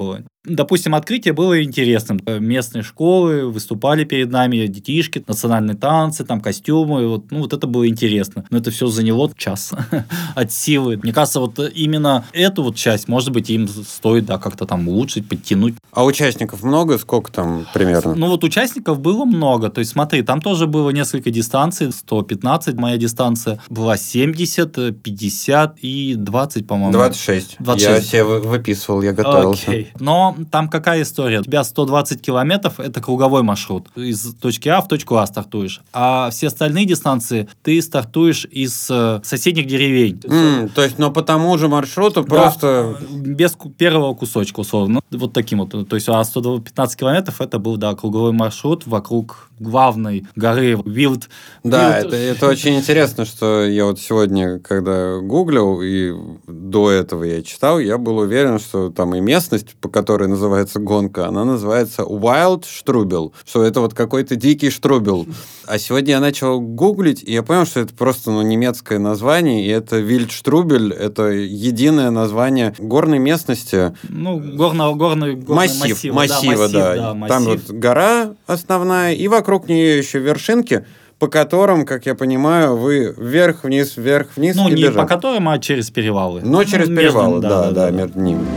B: Допустим, открытие было интересным. Местные школы выступали перед нами, детишки, национальные танцы, там костюмы. Вот, ну, вот это было интересно. Но это все заняло час от силы. Мне кажется, вот именно эту вот часть, может быть, им стоит, да, как-то там улучшить, подтянуть.
A: А участников много? Сколько там примерно?
B: Ну, вот участников было много. То есть, смотри, там тоже было несколько дистанций. сто пятнадцать моя дистанция была, семьдесят, пятьдесят и двадцать, по-моему.
A: двадцать шесть.
B: двадцать шесть.
A: Я себе выписывал, я готовился.
B: Окей. Но там какая история? У тебя сто двадцать километров – это круговой маршрут. Из точки А в точку А стартуешь. А все остальные дистанции ты стартуешь из э, соседних деревень.
A: Mm, то есть, но по тому же маршруту
B: да,
A: просто...
B: без первого кусочка, условно. Ну, вот таким вот. То есть, а сто пятнадцать километров – это был, да, круговой маршрут вокруг главной горы Вилд.
A: Да,
B: Вилд...
A: Это, это очень интересно, что я вот сегодня, когда гуглил, и до этого я читал, я был уверен, что там и местность, по которой называется гонка, она называется Wild Strubel, что это вот какой-то дикий Штрубел. А сегодня я начал гуглить, и я понял, что это просто ну, немецкое название, и это Вильдштрубель, это единое название горной местности.
B: Ну, горного, горный, горный
A: массив,
B: массива,
A: массива,
B: да.
A: да.
B: Массив, да
A: Там
B: массив.
A: вот гора основная, и вокруг нее еще вершинки, по которым, как я понимаю, вы вверх-вниз, вверх-вниз
B: Ну,
A: и
B: не
A: бежать.
B: по которым, а через перевалы.
A: Но через
B: ну,
A: перевалы,
B: между,
A: да,
B: да,
A: да,
B: да,
A: да,
B: да.
A: между ними.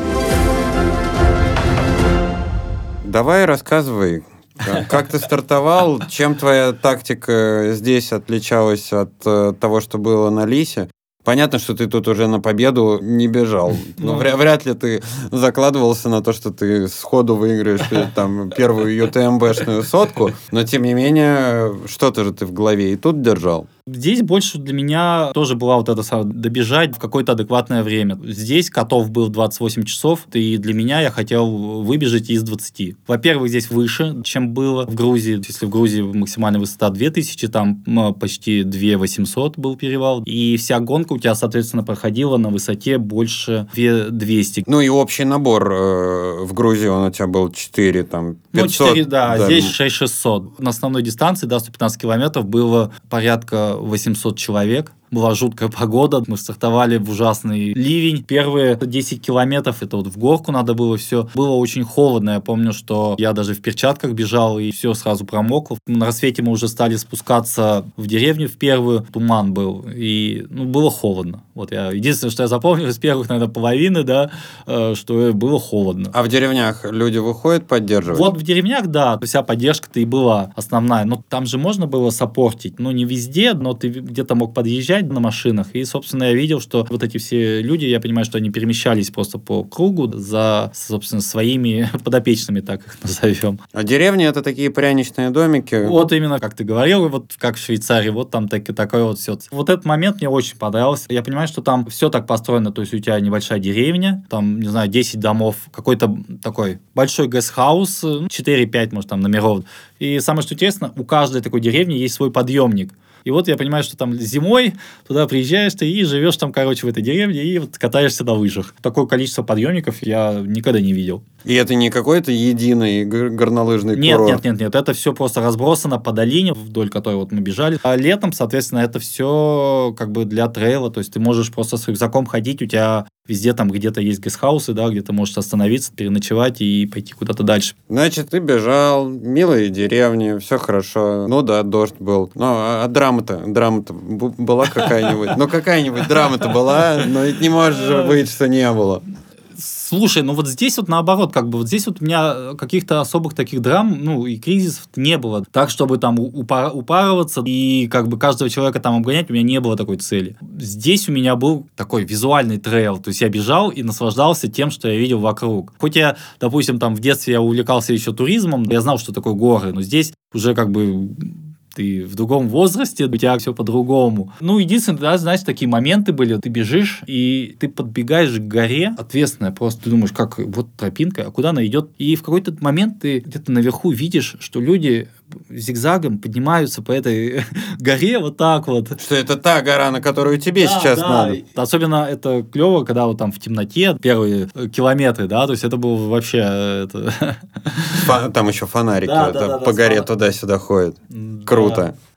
A: Давай рассказывай, как ты стартовал, чем твоя тактика здесь отличалась от того, что было на Лисе? Понятно, что ты тут уже на победу не бежал. Но вряд, вряд ли ты закладывался на то, что ты сходу выиграешь там, первую ю тэ эм бэ-шную сотку. Но, тем не менее, что-то же ты в голове и тут держал.
B: Здесь больше для меня тоже была вот эта самая добежать в какое-то адекватное время. Здесь котов был двадцать восемь часов, и для меня я хотел выбежать из двадцати. Во-первых, здесь выше, чем было в Грузии. Если в Грузии максимальная высота две тысячи, там почти две тысячи восемьсот был перевал. И вся гонка у тебя, соответственно, проходила на высоте больше две тысячи двести.
A: Ну и общий набор э, в Грузии он у тебя был четыре, там, пятьсот.
B: Ну, четыре, да,
A: да.
B: Здесь шесть тысяч шестьсот. На основной дистанции, да, сто пятнадцать километров, было порядка восемьсот человек. Была жуткая погода, мы стартовали в ужасный ливень. Первые десять километров, это вот в горку надо было все. Было очень холодно, я помню, что я даже в перчатках бежал, и все сразу промокло. На рассвете мы уже стали спускаться в деревню в первую, туман был, и ну, было холодно. Вот я, единственное, что я запомнил из первых, наверное, половины, да, что было холодно.
A: А в деревнях люди выходят поддерживать?
B: Вот в деревнях, да, вся поддержка-то и была основная. Но там же можно было саппортить, ну, не везде, но ты где-то мог подъезжать на машинах. И, собственно, я видел, что вот эти все люди, я понимаю, что они перемещались просто по кругу за, собственно, своими подопечными, так их назовем.
A: А деревни — это такие пряничные домики?
B: Вот именно, как ты говорил, вот как в Швейцарии, вот там так, такое вот все. Вот этот момент мне очень понравился. Я понимаю, что там все так построено, то есть у тебя небольшая деревня, там, не знаю, десять домов, какой-то такой большой гестхаус, четыре-пять, может, там номеров. И самое, что интересно, у каждой такой деревни есть свой подъемник. И вот я понимаю, что там зимой туда приезжаешь ты и живешь там, короче, в этой деревне и вот катаешься на лыжах. Такое количество подъемников я никогда не видел.
A: И это не какой-то единый горнолыжный
B: нет,
A: курорт?
B: Нет, нет, нет. Это все просто разбросано по долине, вдоль которой вот мы бежали. А летом, соответственно, это все как бы для трейла. То есть ты можешь просто с рюкзаком ходить, у тебя везде там где-то есть гестхаусы, да, где ты можешь остановиться, переночевать и пойти куда-то дальше.
A: Значит, ты бежал, милые деревни, все хорошо. Ну да, дождь был. Ну, а драма-то, драма-то была какая-нибудь? Ну, какая-нибудь драма-то была, но ведь не может же быть, что не было.
B: Слушай, ну вот здесь вот наоборот, как бы вот здесь вот у меня каких-то особых таких драм, ну и кризисов не было. Так, чтобы там упар- упарываться и как бы каждого человека там обгонять, у меня не было такой цели. Здесь у меня был такой визуальный трейл, то есть я бежал и наслаждался тем, что я видел вокруг. Хоть я, допустим, там в детстве я увлекался еще туризмом, я знал, что такое горы, но здесь уже как бы... ты в другом возрасте, у тебя все по-другому. Ну, единственное, да, знаешь, такие моменты были, ты бежишь, и ты подбегаешь к горе, ответственная, просто ты думаешь, как вот тропинка, а куда она идет? И в какой-то момент ты где-то наверху видишь, что люди зигзагом поднимаются по этой горе вот так вот.
A: Что это та гора, на которую тебе
B: да,
A: сейчас
B: да.
A: надо.
B: Особенно это клево, когда вот там в темноте первые километры, да, то есть это было вообще... Это...
A: Фа- там еще фонарики
B: да,
A: да,
B: да, да,
A: по
B: да,
A: горе
B: фон...
A: туда-сюда ходят.
B: Да.
A: Круто.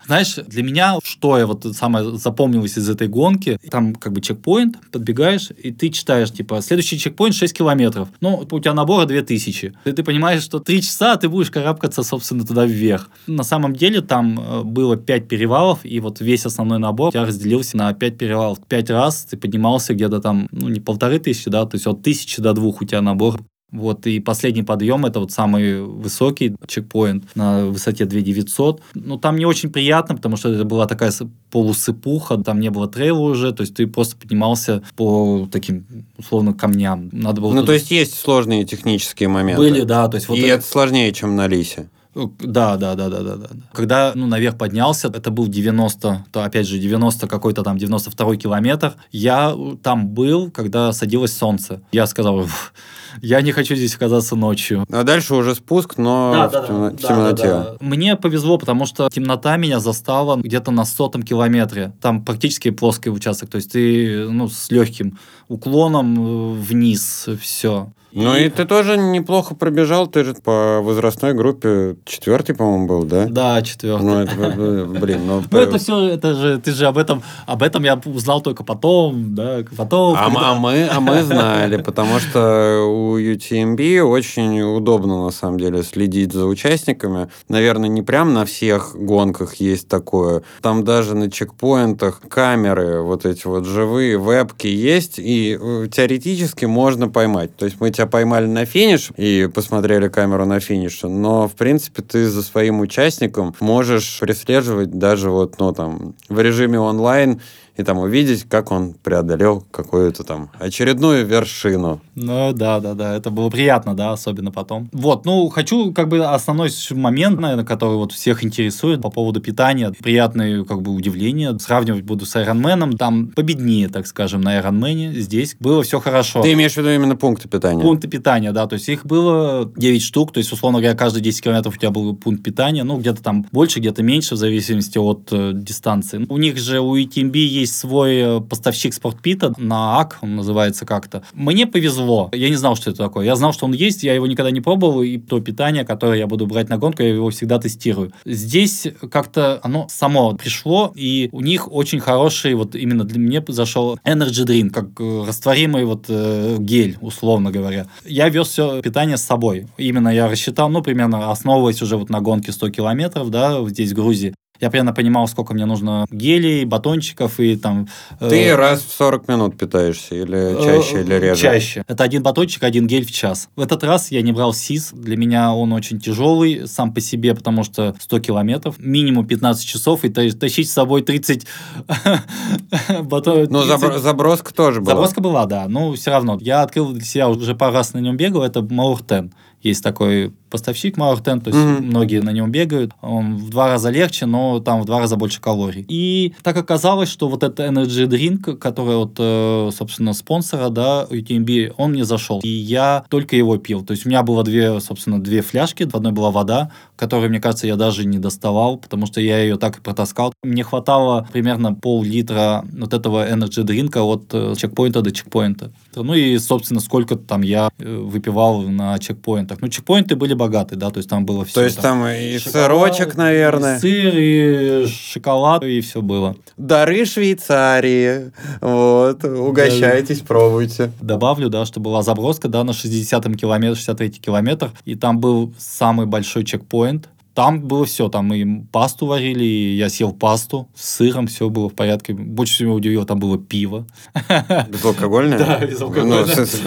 B: Знаешь, для меня, что я вот самое запомнилось из этой гонки, там как бы чекпоинт, подбегаешь, и ты читаешь, типа, следующий чекпоинт шесть километров. Ну, у тебя набора две тысячи. И ты понимаешь, что три часа ты будешь карабкаться, собственно, туда вверх. На самом деле там было пять перевалов, и вот весь основной набор у тебя разделился на пять перевалов. Пять раз ты поднимался где-то там, ну, не полторы тысячи, да, то есть от тысячи до двух у тебя набор. Вот, и последний подъем, это вот самый высокий чекпоинт на высоте две тысячи девятьсот. Ну, там не очень приятно, потому что это была такая полусыпуха, там не было трейла уже, то есть ты просто поднимался по таким, условно, камням. Надо было
A: ну,
B: туда...
A: то есть есть сложные технические моменты.
B: Были, да. То есть вот
A: и
B: это...
A: это сложнее, чем на Лисе.
B: Да, да, да, да, да, да. Когда, ну, наверх поднялся, это был девяносто, то опять же девяносто какой-то там девяносто второй километр. Я там был, когда садилось солнце. Я сказал, я не хочу здесь оказаться ночью.
A: А дальше уже спуск, но
B: да,
A: в,
B: да,
A: темно...
B: да,
A: в темноте.
B: Да, да. Мне повезло, потому что темнота меня застала где-то на сотом километре. Там практически плоский участок, то есть ты, ну, с легким уклоном вниз, все.
A: Ну и ты тоже неплохо пробежал, ты же по возрастной группе четвертый, по-моему, был, да?
B: Да, четвертый.
A: Ну, это, блин, ну...
B: Ну, это все, это же, ты же об этом, об этом я узнал только потом, да, потом.
A: А,
B: когда...
A: а, мы, а мы знали, потому что у ю ти эм би очень удобно, на самом деле, следить за участниками. Наверное, не прям на всех гонках есть такое. Там даже на чекпоинтах камеры, вот эти вот живые, вебки есть, и теоретически можно поймать. То есть мы тебя поймали на финиш и посмотрели камеру на финише, но, в принципе, ты за своим участником можешь преследовать даже вот, ну, там, в режиме онлайн и там увидеть, как он преодолел какую-то там очередную вершину.
B: Ну, да, да, да, это было приятно, да, особенно потом. Вот, ну, хочу, как бы, основной момент, наверное, который вот всех интересует по поводу питания. Приятное, как бы, удивление. Сравнивать буду с Ironman, там победнее, так скажем, на Ironman. Здесь было все хорошо.
A: Ты имеешь в виду именно пункты питания?
B: Пункты питания, да, то есть их было девять штук, то есть, условно говоря, каждые десять километров у тебя был пункт питания, ну, где-то там больше, где-то меньше, в зависимости от э, дистанции. У них же, у ю ти эм би есть свой поставщик спортпита, на ак он называется как-то. Мне повезло. Я не знал, что это такое. Я знал, что он есть, я его никогда не пробовал, и то питание, которое я буду брать на гонку, я его всегда тестирую. Здесь как-то оно само пришло, и у них очень хороший, вот именно для меня зашел Energy Drink, как растворимый вот э, гель, условно говоря. Я вез все питание с собой. Именно я рассчитал, ну, примерно основываясь уже вот на гонке сто километров, да, здесь в Грузии. Я примерно понимал, сколько мне нужно гелей, батончиков и там...
A: Ты
B: э,
A: раз в сорок минут питаешься или чаще,
B: э,
A: или реже?
B: Чаще. Это один батончик, один гель в час. В этот раз я не брал СИС. Для меня он очень тяжелый сам по себе, потому что сто километров, минимум пятнадцать часов, и тащить с собой тридцать батончиков.
A: Ну, забро- заброска тоже была.
B: Заброска была, да, но все равно. Я открыл для себя, уже пару раз на нем бегал, это Мауртен. Есть такой поставщик Мауртен, то есть mm-hmm. многие на нем бегают. Он в два раза легче, но там в два раза больше калорий. И так оказалось, что вот этот Energy Drink, который вот, собственно, спонсора, да, ю ти эм би, он мне зашел. И я только его пил. То есть у меня было две, собственно, две фляжки. В одной была вода, которую, мне кажется, я даже не доставал, потому что я ее так и протаскал. Мне хватало примерно пол-литра вот этого Energy Drink от чекпоинта до чекпоинта. Ну и, собственно, сколько там я выпивал на чекпоинтах. Ну, чекпоинты были богатые, да, то есть там было все.
A: То есть там, там и шоколад, сырочек, наверное.
B: И сыр, и шоколад, и все было.
A: Дары Швейцарии. Вот, угощайтесь, да, пробуйте.
B: Добавлю, да, что была заброска, да, на шестидесятом километре, шестьдесят третий километр, и там был самый большой чекпоинт. Там было все, там и пасту варили, и я съел пасту с сыром, все было в порядке. Больше всего удивило, там было пиво.
A: Безалкогольное?
B: Да, безалкогольное.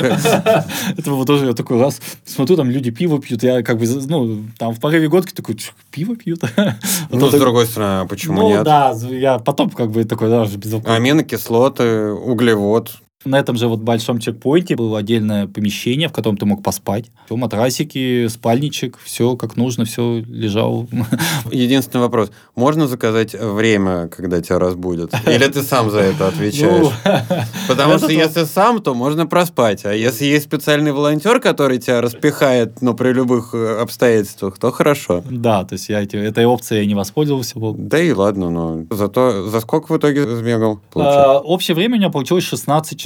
B: Это было тоже, я такой раз смотрю, там люди пиво пьют, я как бы, ну, там в порыве гонки такой, пиво пьют?
A: Ну, с другой стороны, почему нет?
B: Ну, да, я потом как бы такой, да, безалкогольное.
A: Аминокислоты, углевод.
B: На этом же вот большом чекпоинте было отдельное помещение, в котором ты мог поспать. Все, матрасики, спальничек, все как нужно, все лежал.
A: Единственный вопрос. Можно заказать время, когда тебя разбудят? Или ты сам за это отвечаешь? Потому что если сам, то можно проспать. А если есть специальный волонтер, который тебя распихает, ну, при любых обстоятельствах, то хорошо.
B: Да, то есть я этой опцией не воспользовался.
A: Да и ладно, но зато за сколько в итоге сбегал?
B: Общее время у меня получилось шестнадцать часов.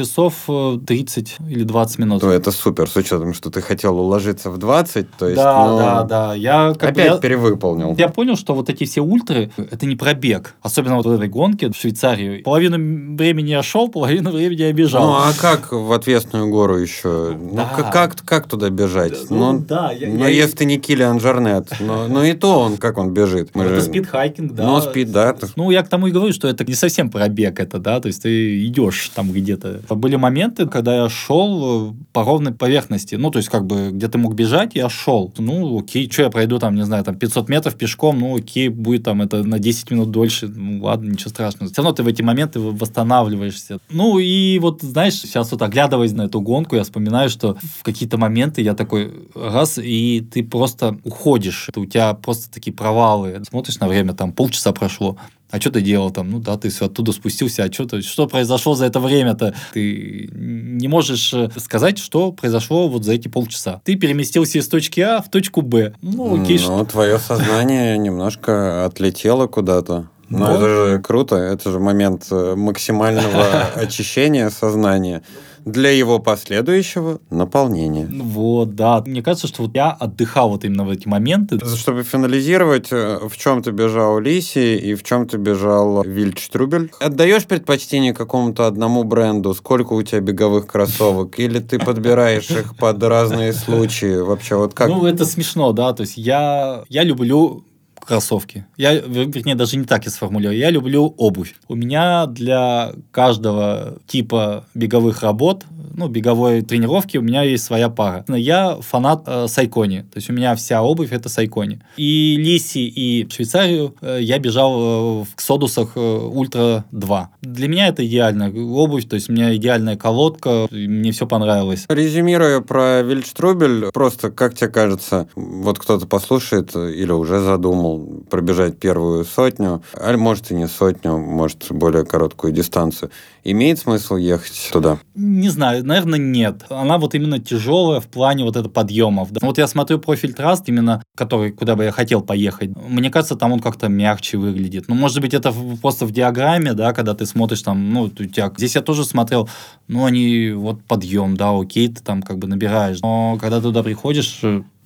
B: часов тридцать или двадцать минут.
A: Ну, это супер, с учетом, что ты хотел уложиться в двадцать, то есть,
B: да,
A: ну,
B: да, да. Я как
A: опять
B: бы, я,
A: перевыполнил.
B: Я понял, что вот эти все ультры, это не пробег. Особенно вот в этой гонке в Швейцарии. Половину времени я шел, половину времени я бежал.
A: Ну, а как в отвесную гору еще?
B: Да.
A: Ну, как, как, как туда бежать?
B: Да, ну,
A: ну,
B: да, я-
A: ну
B: я-
A: если ты не Киллиан Жарнет, но, но и то он, как он бежит. Мы
B: Это
A: же-
B: спидхайкинг, да.
A: Ну, спид, да.
B: Ну, я к тому и говорю, что это не совсем пробег, это, да, то есть ты идешь там где-то. Были моменты, когда я шел по ровной поверхности, ну, то есть как бы где ты мог бежать, я шел. Ну, окей, что я пройду там, не знаю, там пятьсот метров пешком, ну, окей, будет там это на десять минут дольше, ну, ладно, ничего страшного. Все равно ты в эти моменты восстанавливаешься. Ну, и вот, знаешь, сейчас вот оглядываясь на эту гонку, я вспоминаю, что в какие-то моменты я такой раз, и ты просто уходишь, у тебя просто такие провалы. Смотришь на время, там полчаса прошло, а что ты делал там? Ну да, ты все оттуда спустился, а что, что произошло за это время-то? Ты не можешь сказать, что произошло вот за эти полчаса. Ты переместился из точки А в точку Б. Ну, окей.
A: Ну, твое сознание немножко отлетело куда-то. Ну,
B: Ну.
A: это же круто, это же момент э, максимального очищения сознания для его последующего наполнения.
B: Ну вот, да. Мне кажется, что вот я отдыхал вот именно в эти моменты.
A: Чтобы финализировать, э, в чем ты бежал Лиси и в чем ты бежал Вильдштрубель. Отдаешь предпочтение какому-то одному бренду? Сколько у тебя беговых кроссовок? Или ты подбираешь их под разные случаи? Вообще, вот как?
B: Ну, это смешно, да. То есть я, я люблю кроссовки. Я, вернее, даже не так я сформулирую. Я люблю обувь. У меня для каждого типа беговых работ, ну, беговой тренировки, у меня есть своя пара. Я фанат э, Сайкони. То есть у меня вся обувь это Сайкони. И Лиси, и Швейцарию э, я бежал э, в Ксодусах э, Ультра два. Для меня это идеальная обувь, то есть у меня идеальная колодка, мне все понравилось.
A: Резюмируя про Вильдштрубель, просто, как тебе кажется, вот кто-то послушает или уже задумал пробежать первую сотню, а может и не сотню, может более короткую дистанцию. Имеет смысл ехать туда?
B: Не знаю, наверное, нет. Она вот именно тяжелая в плане вот это подъемов. Вот я смотрю профиль трасс, именно который, куда бы я хотел поехать. Мне кажется, там он как-то мягче выглядит. Ну, может быть, это просто в диаграмме, да, когда ты смотришь там, ну, у тебя... Здесь я тоже смотрел, ну, они вот подъем, да, окей, ты там как бы набираешь. Но когда туда приходишь...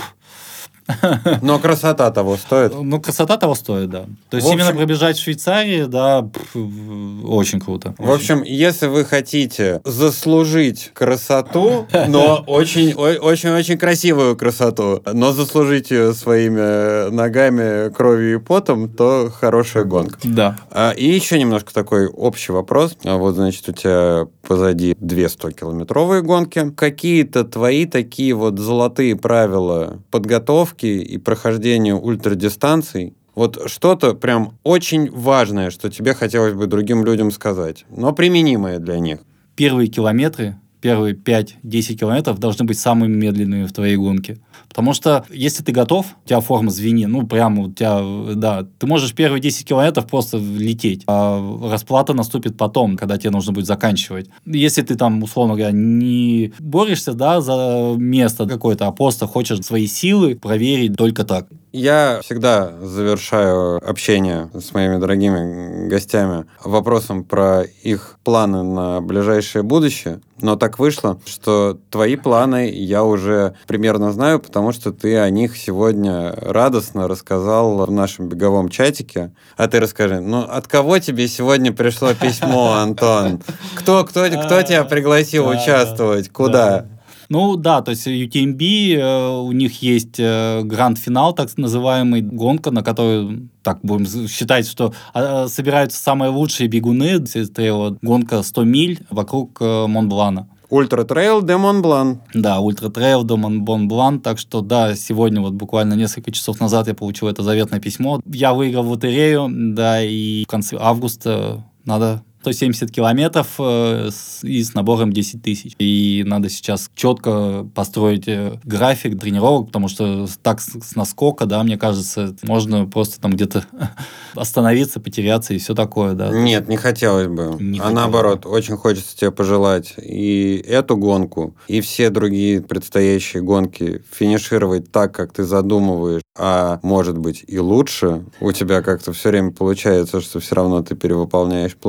A: Но красота того стоит.
B: Ну, красота того стоит, да. То есть,
A: В общем-
B: именно пробежать в Швейцарии, да, пф, очень круто.
A: В общем, если вы хотите заслужить красоту, но очень-очень красивую красоту, но заслужить ее своими ногами, кровью и потом, то хорошая гонка.
B: Да.
A: А, И еще немножко такой общий вопрос. А Вот, значит, у тебя позади две сто-километровые гонки. Какие-то твои такие вот золотые правила подготовки и прохождения ультрадистанций? Вот что-то прям очень важное, что тебе хотелось бы другим людям сказать, но применимое для них.
B: Первые километры, первые пять-десять километров должны быть самыми медленными в твоей гонке. Потому что, если ты готов, у тебя форма звенит, ну, прямо у тебя, да, ты можешь первые десять километров просто лететь, а расплата наступит потом, когда тебе нужно будет заканчивать. Если ты там, условно говоря, не борешься, да, за место какое-то, а просто хочешь свои силы проверить только так.
A: Я всегда завершаю общение с моими дорогими гостями вопросом про их планы на ближайшее будущее. Но так вышло, что твои планы я уже примерно знаю, потому что ты о них сегодня радостно рассказал в нашем беговом чатике. А ты расскажи, ну от кого тебе сегодня пришло письмо, Антон? Кто, кто, кто тебя пригласил участвовать? Куда?
B: Ну да, то есть ю ти эм би, э, у них есть э, гранд-финал, так называемый, гонка, на которую, так будем считать, что э, собираются самые лучшие бегуны. Это гонка сто миль вокруг э, Монблана.
A: Ультра Трейл де Монблан.
B: Да, Ультра Трейл де Монблан. Так что да, сегодня вот буквально несколько часов назад я получил это заветное письмо. Я выиграл в лотерею, да, и в конце августа надо... сто семьдесят километров э, с, и с набором десять тысяч. И надо сейчас четко построить э, график тренировок, потому что так с, с наскока, да, мне кажется, можно просто там где-то остановиться, потеряться и все такое, да.
A: Нет, не хотелось бы.
B: Не
A: а
B: хотелось.
A: наоборот, очень хочется тебе пожелать и эту гонку, и все другие предстоящие гонки финишировать так, как ты задумываешь, а может быть и лучше. У тебя как-то все время получается, что все равно ты перевыполняешь план.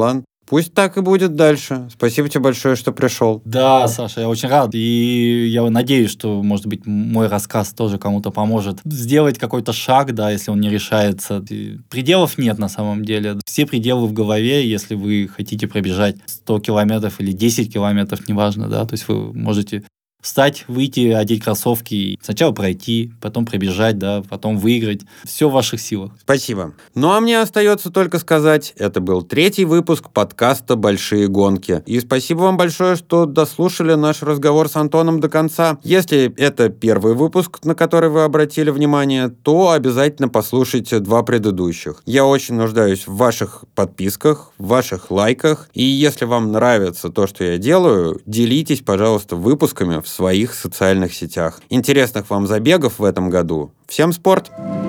A: Пусть так и будет дальше. Спасибо тебе большое, что пришел.
B: Да, Саша, я очень рад. И я надеюсь, что, может быть, мой рассказ тоже кому-то поможет сделать какой-то шаг, да, если он не решается. И пределов нет на самом деле. Все пределы в голове, если вы хотите пробежать сто километров или десять километров, неважно, да, то есть вы можете встать, выйти, одеть кроссовки, и сначала пройти, потом пробежать, да, потом выиграть. Все в ваших силах.
A: Спасибо. Ну а мне остается только сказать, это был третий выпуск подкаста «Большие гонки». И спасибо вам большое, что дослушали наш разговор с Антоном до конца. Если это первый выпуск, на который вы обратили внимание, то обязательно послушайте два предыдущих. Я очень нуждаюсь в ваших подписках, в ваших лайках. И если вам нравится то, что я делаю, делитесь, пожалуйста, выпусками в своих социальных сетях. Интересных вам забегов в этом году. Всем спорт!